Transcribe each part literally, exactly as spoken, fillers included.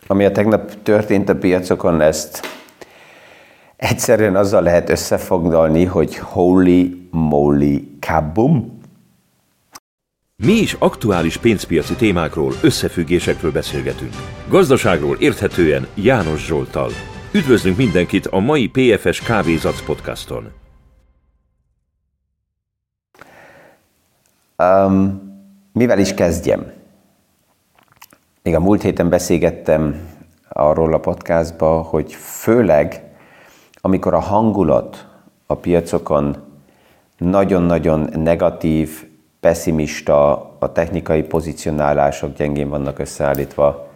ami a tegnap történt a piacokon, ezt egyszerűen azzal lehet összefoglalni, hogy holy moly kaboom. Mi is aktuális pénzpiaci témákról, összefüggésekről beszélgetünk. Gazdaságról érthetően János Zsolttal. Üdvözlünk mindenkit a mai pé ef es Kávézac podcaston. Um, mivel is kezdjem? Még a múlt héten beszélgettem arról a podcastba, hogy főleg, amikor a hangulat a piacokon nagyon-nagyon negatív, pessimista, a technikai pozicionálások gyengén vannak összeállítva,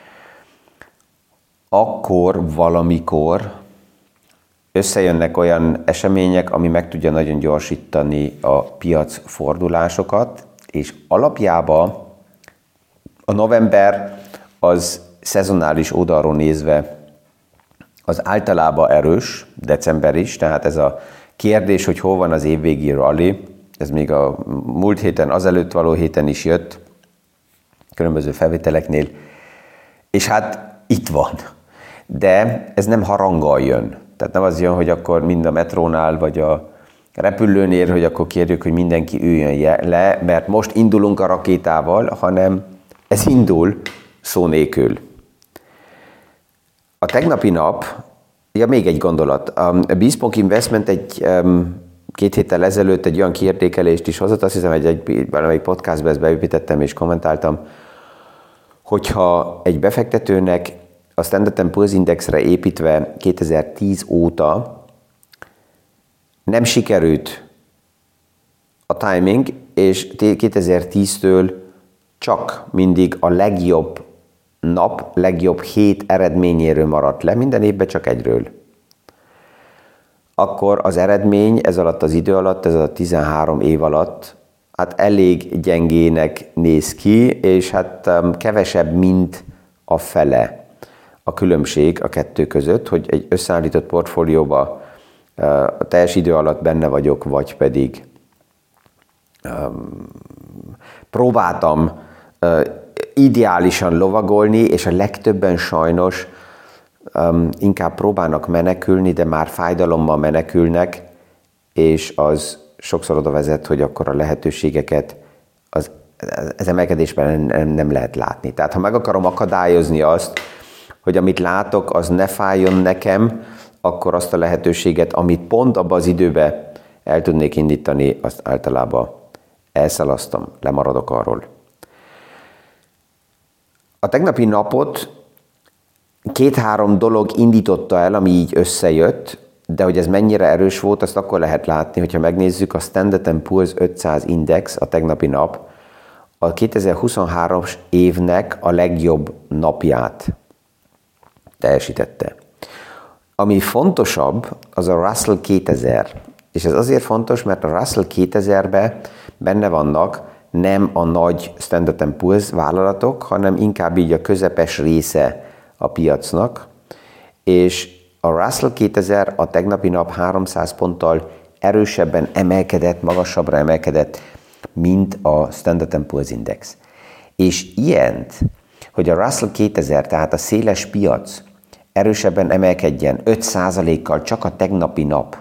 akkor valamikor összejönnek olyan események, ami meg tudja nagyon gyorsítani a piac fordulásokat, és alapjában a november az szezonális oldalról nézve az általában erős, december is, tehát ez a kérdés, hogy hol van az évvégi rally, ez még a múlt héten, azelőtt való héten is jött, különböző felvételeknél, és hát itt van. De ez nem haranggal jön. Tehát nem az jön, hogy akkor mind a metrónál, vagy a repülőnél, hogy akkor kérjük, hogy mindenki üljön le, mert most indulunk a rakétával, hanem ez indul szó nélkül. A tegnapi nap, ja még egy gondolat, a Bespoke Investment egy um, két héttel ezelőtt egy olyan kiértékelést is hozott, azt hiszem, hogy egy valamelyik podcastba ezt beépítettem és kommentáltam, hogyha egy befektetőnek a Standard and Poor's Indexre építve kétezer-tíz óta nem sikerült a timing, és kétezer-tíztől csak mindig a legjobb nap, legjobb hét eredményéről maradt le, minden évben csak egyről. Akkor az eredmény ez alatt az idő alatt, ez a tizenhárom év alatt, hát elég gyengének néz ki, és hát kevesebb, mint a fele a különbség a kettő között, hogy egy összeállított portfólióba a teljes idő alatt benne vagyok, vagy pedig um, próbáltam uh, ideálisan lovagolni, és a legtöbben sajnos um, inkább próbálnak menekülni, de már fájdalommal menekülnek, és az sokszor oda vezet, hogy akkor a lehetőségeket az, az emelkedésben nem, nem lehet látni. Tehát ha meg akarom akadályozni azt, hogy amit látok, az ne fájjon nekem, akkor azt a lehetőséget, amit pont abban az időben el tudnék indítani, azt általában elszalasztom, lemaradok arról. A tegnapi napot két-három dolog indította el, ami így összejött, de hogy ez mennyire erős volt, azt akkor lehet látni, hogyha megnézzük a Standard and Poor's ötszáz Index, a tegnapi nap, a kétezer-huszonhármas évnek a legjobb napját teljesítette. Ami fontosabb, az a Russell kétezer. És ez azért fontos, mert a Russell kétezerben benne vannak nem a nagy Standard and Poor's vállalatok, hanem inkább így a közepes része a piacnak. És a Russell kétezer a tegnapi nap háromszáz ponttal erősebben emelkedett, magasabbra emelkedett, mint a Standard and Poor's Index. És ilyent, hogy a Russell kétezer, tehát a széles piac erősebben emelkedjen öt százalékkal csak a tegnapi nap.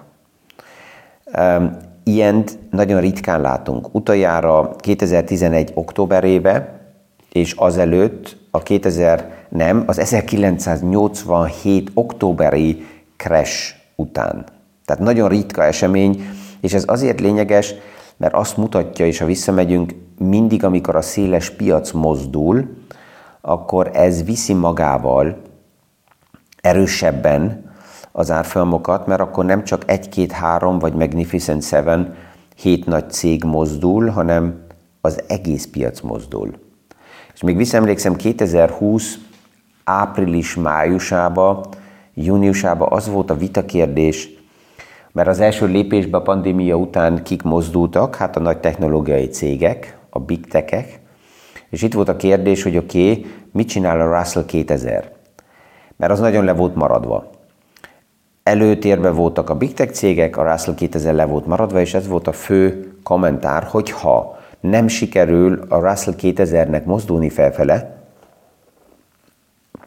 Ilyent nagyon ritkán látunk. Utoljára kétezer-tizenegy októberébe, és azelőtt a kétezer, nem, az ezerkilencszáznyolcvanhét októberi crash után. Tehát nagyon ritka esemény, és ez azért lényeges, mert azt mutatja, és ha visszamegyünk, mindig, amikor a széles piac mozdul, akkor ez viszi magával erősebben az árfolyamokat, mert akkor nem csak egy-két-három vagy Magnificent Seven, hét nagy cég mozdul, hanem az egész piac mozdul. És még visszaemlékszem, kétezer-húsz április-májusába, júniusába az volt a vitakérdés, mert az első lépésben a pandémia után kik mozdultak, hát a nagy technológiai cégek, a big tech-ek, és itt volt a kérdés, hogy oké, okay, mit csinál a Russell kétezer? Mert az nagyon le volt maradva. Előtérben voltak a big tech cégek, a Russell kétezer le volt maradva, és ez volt a fő kommentár, hogyha nem sikerül a Russell kétezernek mozdulni felfele,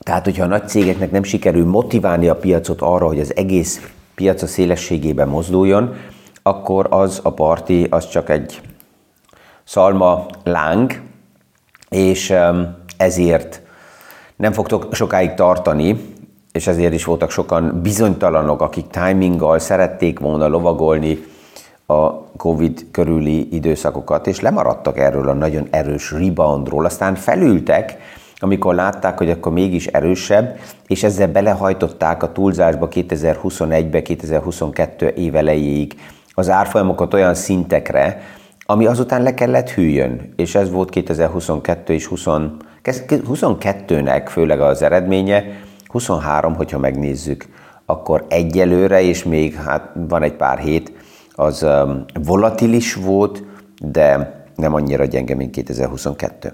Tehát, hogyha a nagy cégeknek nem sikerül motiválni a piacot arra, hogy az egész piac a szélességében mozduljon, akkor az a parti, az csak egy szalma láng, és ezért nem fog sokáig tartani, és ezért is voltak sokan bizonytalanok, akik timinggal szerették volna lovagolni a Covid körüli időszakokat, és lemaradtak erről a nagyon erős reboundról. Aztán felültek, amikor látták, hogy akkor mégis erősebb, és ezzel belehajtották a túlzásba kétezer-huszonegybe, kétezer-huszonkettő év elejéig az árfolyamokat olyan szintekre, ami azután le kellett hűljön. És ez volt kétezer-huszonkettő és huszonkettőnek főleg az eredménye, huszonhárom, hogyha megnézzük, akkor egyelőre, és még hát van egy pár hét, az um, volatilis volt, de nem annyira gyenge, mint kétezer-huszonkettő.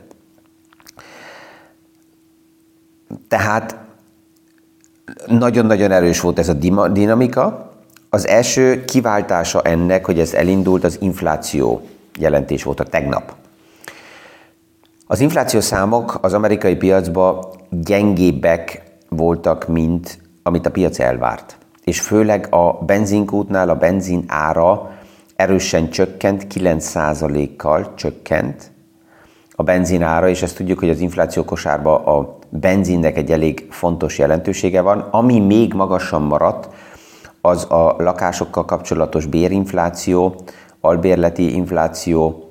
Tehát nagyon-nagyon erős volt ez a dinamika. Az első kiváltása ennek, hogy ez elindult, az infláció jelentés volt a tegnap. Az infláció számok az amerikai piacban gyengébbek voltak, mint amit a piac elvárt. És főleg a benzinkútnál a benzin ára erősen csökkent, kilenc százalékkal csökkent a benzin ára, és ezt tudjuk, hogy az infláció kosárban a benzinnek egy elég fontos jelentősége van. Ami még magasan maradt, az a lakásokkal kapcsolatos bérinfláció, albérleti infláció,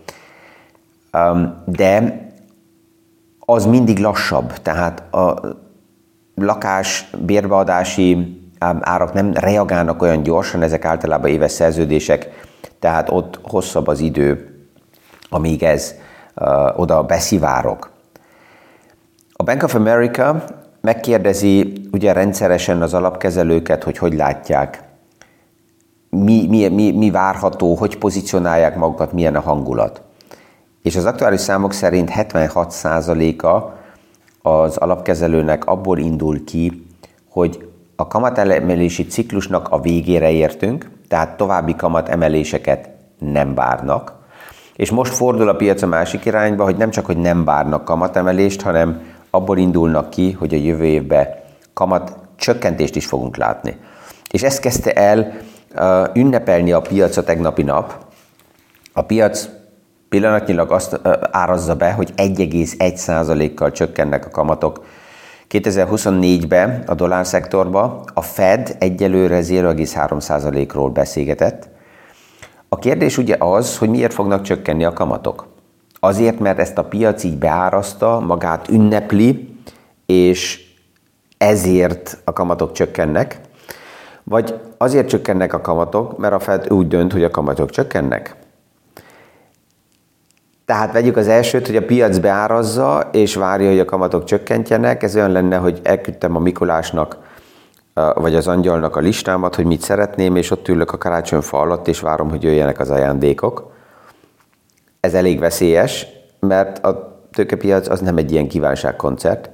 de az mindig lassabb, tehát a lakás bérbeadási árak nem reagálnak olyan gyorsan, ezek általában éves szerződések, tehát ott hosszabb az idő, amíg ez uh, oda beszivárog. A Bank of America megkérdezi ugye rendszeresen az alapkezelőket, hogy hogy látják, mi, mi, mi, mi várható, hogy pozícionálják magukat, milyen a hangulat. És az aktuális számok szerint hetvenhat százaléka az alapkezelőnek abból indul ki, hogy a kamatemelési ciklusnak a végére értünk, tehát további kamatemeléseket nem várnak. És most fordul a piac a másik irányba, hogy nem csak, hogy nem várnak kamatemelést, hanem abból indulnak ki, hogy a jövő évben kamat csökkentést is fogunk látni. És ezt kezdte el uh, ünnepelni a piac a tegnapi nap. A piac pillanatnyilag azt uh, árazza be, hogy egy egész egy százalékkal csökkennek a kamatok kétezer-huszonnégyben a dollárszektorban. A Fed egyelőre nulla egész három százalékról beszélgetett. A kérdés ugye az, hogy miért fognak csökkenni a kamatok. Azért, mert ezt a piac így beárazta, magát ünnepli, és ezért a kamatok csökkennek, vagy azért csökkennek a kamatok, mert a Fed úgy dönt, hogy a kamatok csökkennek. Tehát vegyük az elsőt, hogy a piac beárazza, és várja, hogy a kamatok csökkentjenek. Ez olyan lenne, hogy elküldtem a Mikulásnak, vagy az angyalnak a listámat, hogy mit szeretném, és ott ülök a karácsonyfa alatt, és várom, hogy jöjjenek az ajándékok. Ez elég veszélyes, mert a tőkepiac az nem egy ilyen kívánságkoncert.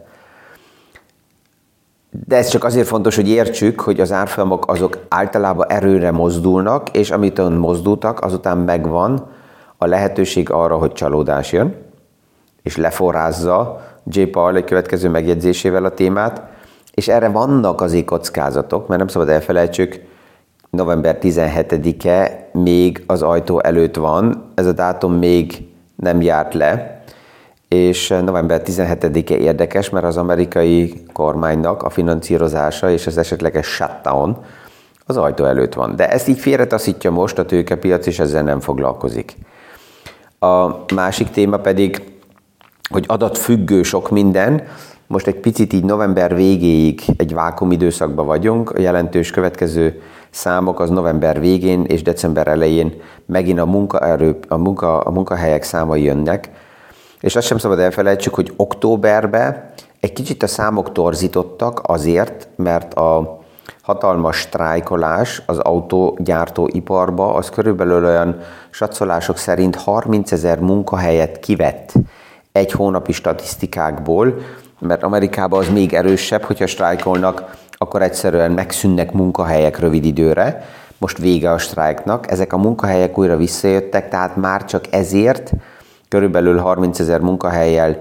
De ez csak azért fontos, hogy értsük, hogy az árfolyamok azok általában erőre mozdulnak, és amitől mozdultak, azután megvan a lehetőség arra, hogy csalódás jön, és leforrázza Jay Powell egy következő megjegyzésével a témát, és erre vannak azért kockázatok, mert nem szabad elfelejtsük, november tizenhetedike még az ajtó előtt van, ez a dátum még nem járt le, és november tizenhetedike érdekes, mert az amerikai kormánynak a finanszírozása és az esetleges shutdown az ajtó előtt van. De ezt így félretaszítja most a tőkepiac, és ezzel nem foglalkozik. A másik téma pedig, hogy adatfüggő sok minden. Most egy picit így november végéig egy vákuumidőszakban vagyunk. A jelentős következő számok az november végén és december elején megint a munkaerő, a, munka, a munkahelyek számai jönnek. És azt sem szabad elfelejtsük, hogy októberben egy kicsit a számok torzítottak azért, mert a hatalmas sztrájkolás az autógyártóiparba, az körülbelül olyan satszolások szerint harmincezer munkahelyet kivett egy hónapi statisztikákból, mert Amerikában az még erősebb, hogyha sztrájkolnak, akkor egyszerűen megszűnnek munkahelyek rövid időre. Most vége a sztrájknak, ezek a munkahelyek újra visszajöttek, tehát már csak ezért körülbelül harmincezer munkahelyjel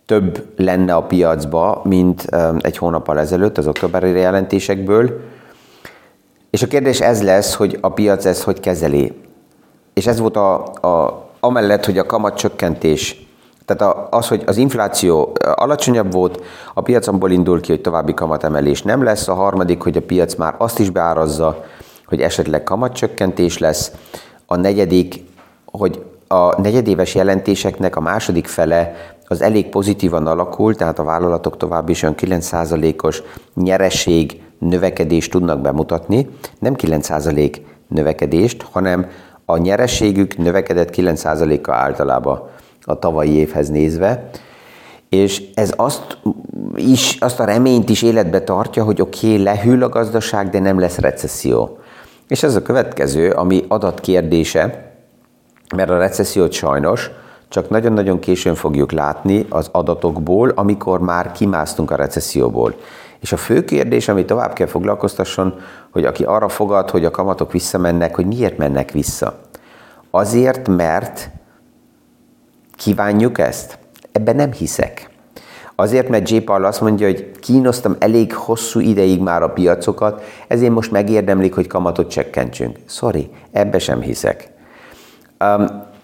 több lenne a piacba, mint egy hónappal ezelőtt az októberi jelentésekből. És a kérdés ez lesz, hogy a piac ezt hogy kezeli. És ez volt a, a, amellett, hogy a kamatcsökkentés, tehát az, hogy az infláció alacsonyabb volt, a piacomból indul ki, hogy további kamatemelés nem lesz. A harmadik, hogy a piac már azt is beárazza, hogy esetleg kamatcsökkentés lesz. A negyedik, hogy a negyedéves jelentéseknek a második fele az elég pozitívan alakul, tehát a vállalatok tovább is olyan kilenc százalékos nyereség növekedést tudnak bemutatni. Nem kilenc százalék növekedést, hanem a nyerességük növekedett kilenc százalékkal általában a tavalyi évhez nézve. És ez azt, is, azt a reményt is életbe tartja, hogy oké, okay, lehűl a gazdaság, de nem lesz recesszió. És ez a következő, ami adat kérdése, mert a recessziót sajnos csak nagyon-nagyon későn fogjuk látni az adatokból, amikor már kimásztunk a recesszióból. És a fő kérdés, ami tovább kell foglalkoztasson, hogy aki arra fogad, hogy a kamatok visszamennek, hogy miért mennek vissza. Azért, mert kívánjuk ezt? Ebben nem hiszek. Azért, mert J. Powell azt mondja, hogy kínoztam elég hosszú ideig már a piacokat, ezért most megérdemlik, hogy kamatot csökkentsünk. Sorry, ebbe sem hiszek. Um,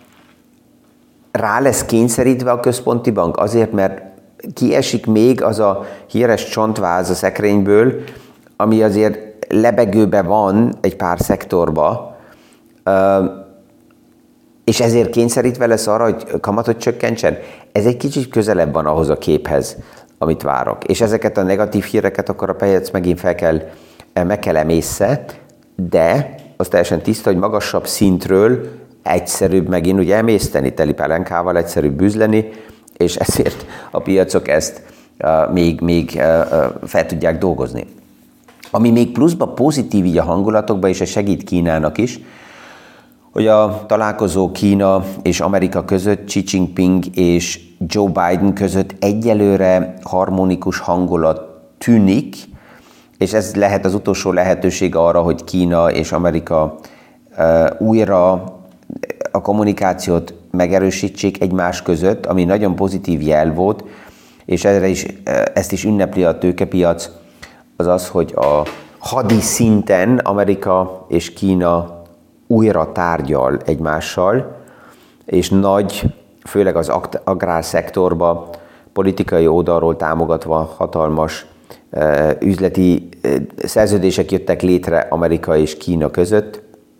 rá lesz kényszerítve a központi bank azért, mert kiesik még az a híres csontváz a szekrényből, ami azért lebegőben van egy pár szektorba, um, és ezért kényszerítve lesz arra, hogy kamatot csökkentsen. Ez egy kicsit közelebb van ahhoz a képhez, amit várok. És ezeket a negatív híreket akkor a piac megint fel kell, meg kell emészze, de az teljesen tiszta, hogy magasabb szintről egyszerűbb megint ugye emészteni, teli pelenkával egyszerűbb üzleni, és ezért a piacok ezt uh, még, még uh, fel tudják dolgozni. Ami még pluszban pozitív így a hangulatokban, és ez segít Kínának is, hogy a találkozó Kína és Amerika között, Xi Jinping és Joe Biden között egyelőre harmonikus hangulat tűnik, és ez lehet az utolsó lehetőség arra, hogy Kína és Amerika uh, újra a kommunikációt megerősítsék egymás között, ami nagyon pozitív jel volt, és erre is, ezt is ünnepli a tőkepiac, az az, hogy a hadi szinten Amerika és Kína újra tárgyal egymással, és nagy, főleg az agrárszektorban politikai oldalról támogatva hatalmas uh, üzleti uh, szerződések jöttek létre Amerika és Kína között,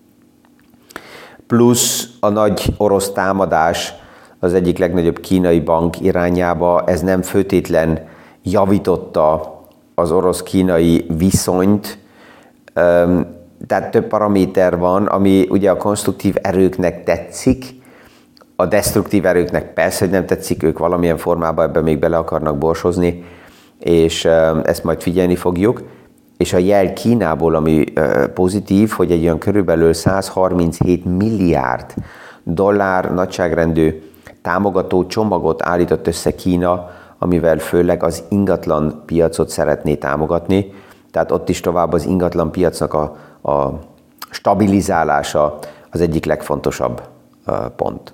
plusz a nagy orosz támadás az egyik legnagyobb kínai bank irányába, ez nem főtétlen javította az orosz-kínai viszonyt, um, tehát több paraméter van, ami ugye a konstruktív erőknek tetszik, a destruktív erőknek persze, hogy nem tetszik, ők valamilyen formában ebben még bele akarnak borsozni, és ezt majd figyelni fogjuk. És a jel Kínából, ami pozitív, hogy egy olyan körülbelül száz harminchét milliárd dollár nagyságrendű támogató csomagot állított össze Kína, amivel főleg az ingatlan piacot szeretné támogatni. Tehát ott is tovább az ingatlan piacnak a a stabilizálása az egyik legfontosabb uh, pont.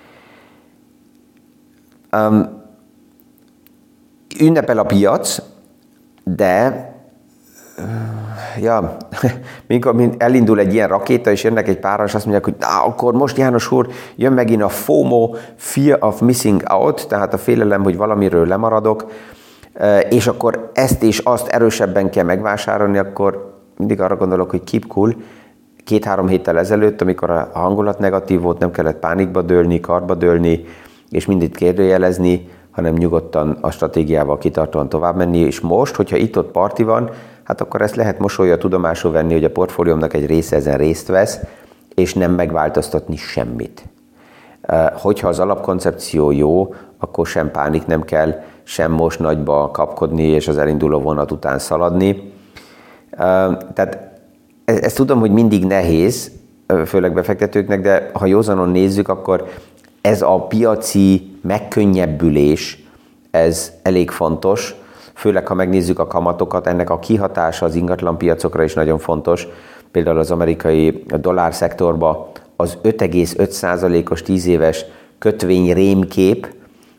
Um, ünnepel a piac, de uh, ja, mikor elindul egy ilyen rakéta, és jönnek egy páran, és azt mondják, hogy na, akkor most János úr, jön megint a FOMO, Fear of Missing Out, tehát a félelem, hogy valamiről lemaradok, uh, és akkor ezt és azt erősebben kell megvásárolni, akkor mindig arra gondolok, hogy keep cool. Két-három héttel ezelőtt, amikor a hangulat negatív volt, nem kellett pánikba dőlni, karba dőlni, és mindig kérdőjelezni, hanem nyugodtan a stratégiával kitartóan tovább menni. És most, hogyha itt-ott parti van, hát akkor ezt lehet mosolya tudomásul venni, hogy a portfóliómnak egy része ezen részt vesz, és nem megváltoztatni semmit. Hogyha az alapkoncepció jó, akkor sem pánik nem kell, sem most nagyba kapkodni, és az elinduló vonat után szaladni. Tehát ezt tudom, hogy mindig nehéz, főleg befektetőknek, de ha józanon nézzük, akkor ez a piaci megkönnyebbülés, ez elég fontos, főleg ha megnézzük a kamatokat, ennek a kihatása az ingatlan piacokra is nagyon fontos. Például az amerikai dollár szektorban az öt egész öt százalékos tíz éves kötvény rémkép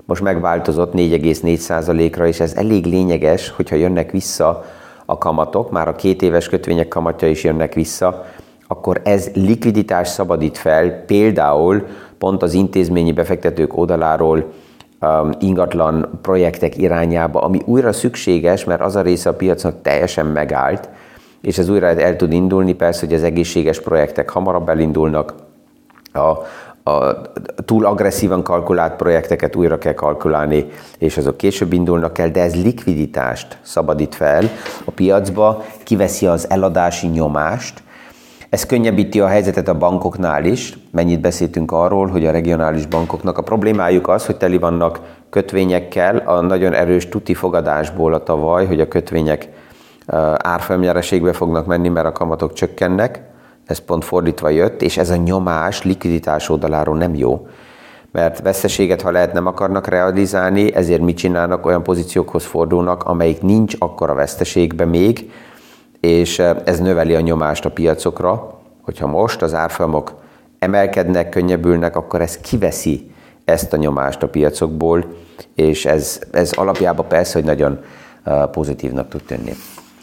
most megváltozott négy egész négy százalékra, és ez elég lényeges, hogyha jönnek vissza a kamatok, már a két éves kötvények kamatja is jönnek vissza, akkor ez likviditás szabadít fel, például pont az intézményi befektetők oldaláról um, ingatlan projektek irányába, ami újra szükséges, mert az a része a piacnak teljesen megállt, és ez újra el tud indulni, persze, hogy az egészséges projektek hamarabb elindulnak, a, a túl agresszívan kalkulált projekteket újra kell kalkulálni, és azok később indulnak el, de ez likviditást szabadít fel a piacba, kiveszi az eladási nyomást. Ez könnyebbíti a helyzetet a bankoknál is. Mennyit beszéltünk arról, hogy a regionális bankoknak a problémájuk az, hogy teli vannak kötvényekkel, a nagyon erős tuti fogadásból a tavaly, hogy a kötvények árfolyamnyereségbe fognak menni, mert a kamatok csökkennek. Ez pont fordítva jött, és ez a nyomás likviditás oldaláról nem jó. Mert veszteséget, ha lehet, nem akarnak realizálni, ezért mit csinálnak? Olyan pozíciókhoz fordulnak, amelyik nincs akkora veszteségbe még, és ez növeli a nyomást a piacokra, hogyha most az árfolyamok emelkednek, könnyebbülnek, akkor ez kiveszi ezt a nyomást a piacokból, és ez, ez alapjában persze, hogy nagyon pozitívnak tud tűnni.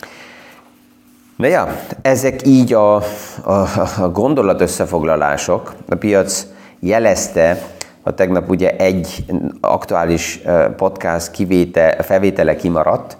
Na ja, ezek így a, a, a gondolat összefoglalások. A piac jelezte, a tegnap ugye egy aktuális podcast kivéte, felvétele kimaradt,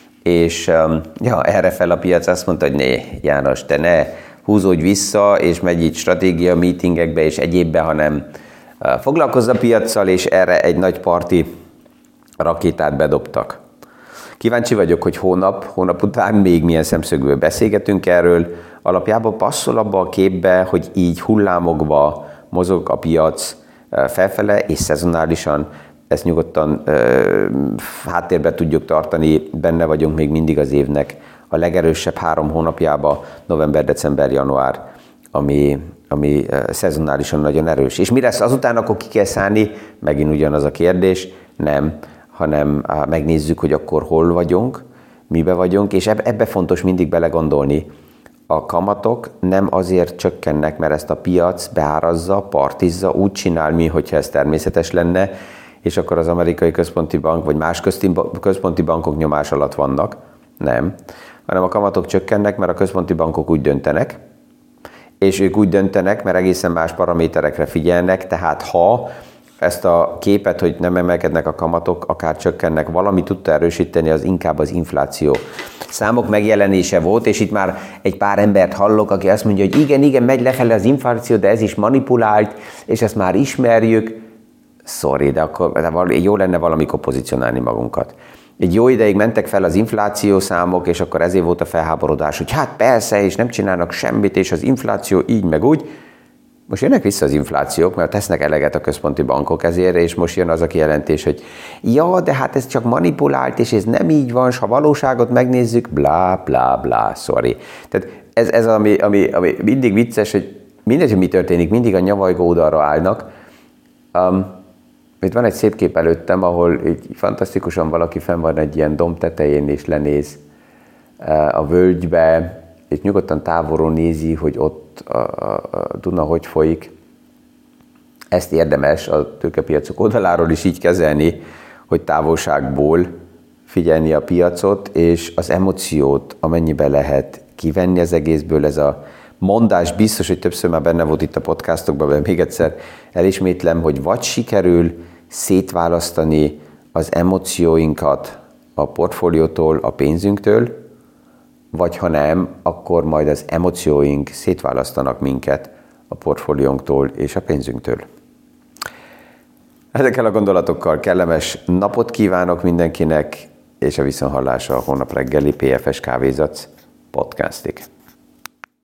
és ja, erre fel a piac azt mondta, hogy né, János, te ne húzódj vissza, és megy itt stratégia meetingekbe és egyébbe, hanem foglalkozz a piaccal, és erre egy nagy parti rakétát bedobtak. Kíváncsi vagyok, hogy hónap, hónap után még milyen szemszögből beszélgetünk erről. Alapjában passzol abba a képbe, hogy így hullámokba mozog a piac felfele, és szezonálisan ezt nyugodtan ö, háttérbe tudjuk tartani, benne vagyunk még mindig az évnek a legerősebb három hónapjába, november, december, január, ami, ami ö, szezonálisan nagyon erős. És mi lesz azután, akkor ki kell szállni? Megint ugyanaz a kérdés, nem, hanem á, megnézzük, hogy akkor hol vagyunk, mibe vagyunk, és ebbe, ebbe fontos mindig belegondolni. A kamatok nem azért csökkennek, mert ezt a piac beárazza, partizza, úgy csinál, mintha ez természetes lenne, és akkor az amerikai központi bank, vagy más központi bankok nyomás alatt vannak. Nem. Hanem a kamatok csökkennek, mert a központi bankok úgy döntenek, és ők úgy döntenek, mert egészen más paraméterekre figyelnek, tehát ha ezt a képet, hogy nem emelkednek a kamatok, akár csökkennek, valami tudta erősíteni, az inkább az infláció. Számok megjelenése volt, és itt már egy pár embert hallok, aki azt mondja, hogy igen, igen, megy lefele az infláció, de ez is manipulált, és ezt már ismerjük. Sorry, de akkor de jó lenne valamikor pozícionálni magunkat. Egy jó ideig mentek fel az infláció számok, és akkor ezért volt a felháborodás, hogy hát persze, és nem csinálnak semmit, és az infláció így meg úgy. Most jönnek vissza az inflációk, mert tesznek eleget a központi bankok ezért, és most jön az a kijelentés, hogy ja, de hát ez csak manipulált, és ez nem így van, s ha valóságot megnézzük, blá, blá, blá, sorry. Tehát ez, ez ami, ami, ami mindig vicces, hogy mindegy, hogy mi történik, mindig a nyavajgó oldalra állnak. Um, Itt van egy szép kép előttem, ahol így fantasztikusan valaki fenn van egy ilyen domb tetején, és lenéz a völgybe, és nyugodtan távolról nézi, hogy ott a, a, a Duna hogy folyik. Ezt érdemes a tőkepiacok oldaláról is így kezelni, hogy távolságból figyelni a piacot, és az emóciót, amennyiben lehet kivenni az egészből. Ez a mondás biztos, hogy többször már benne volt itt a podcastokban, de még egyszer elismétlem, hogy vagy sikerül szétválasztani az emócióinkat a portfóliótól, a pénzünktől, vagy ha nem, akkor majd az emócióink szétválasztanak minket a portfóliónktól és a pénzünktől. Ezekkel a gondolatokkal kellemes napot kívánok mindenkinek, és a viszonthallásra a holnap reggeli pé ef es Kávézac podcastig.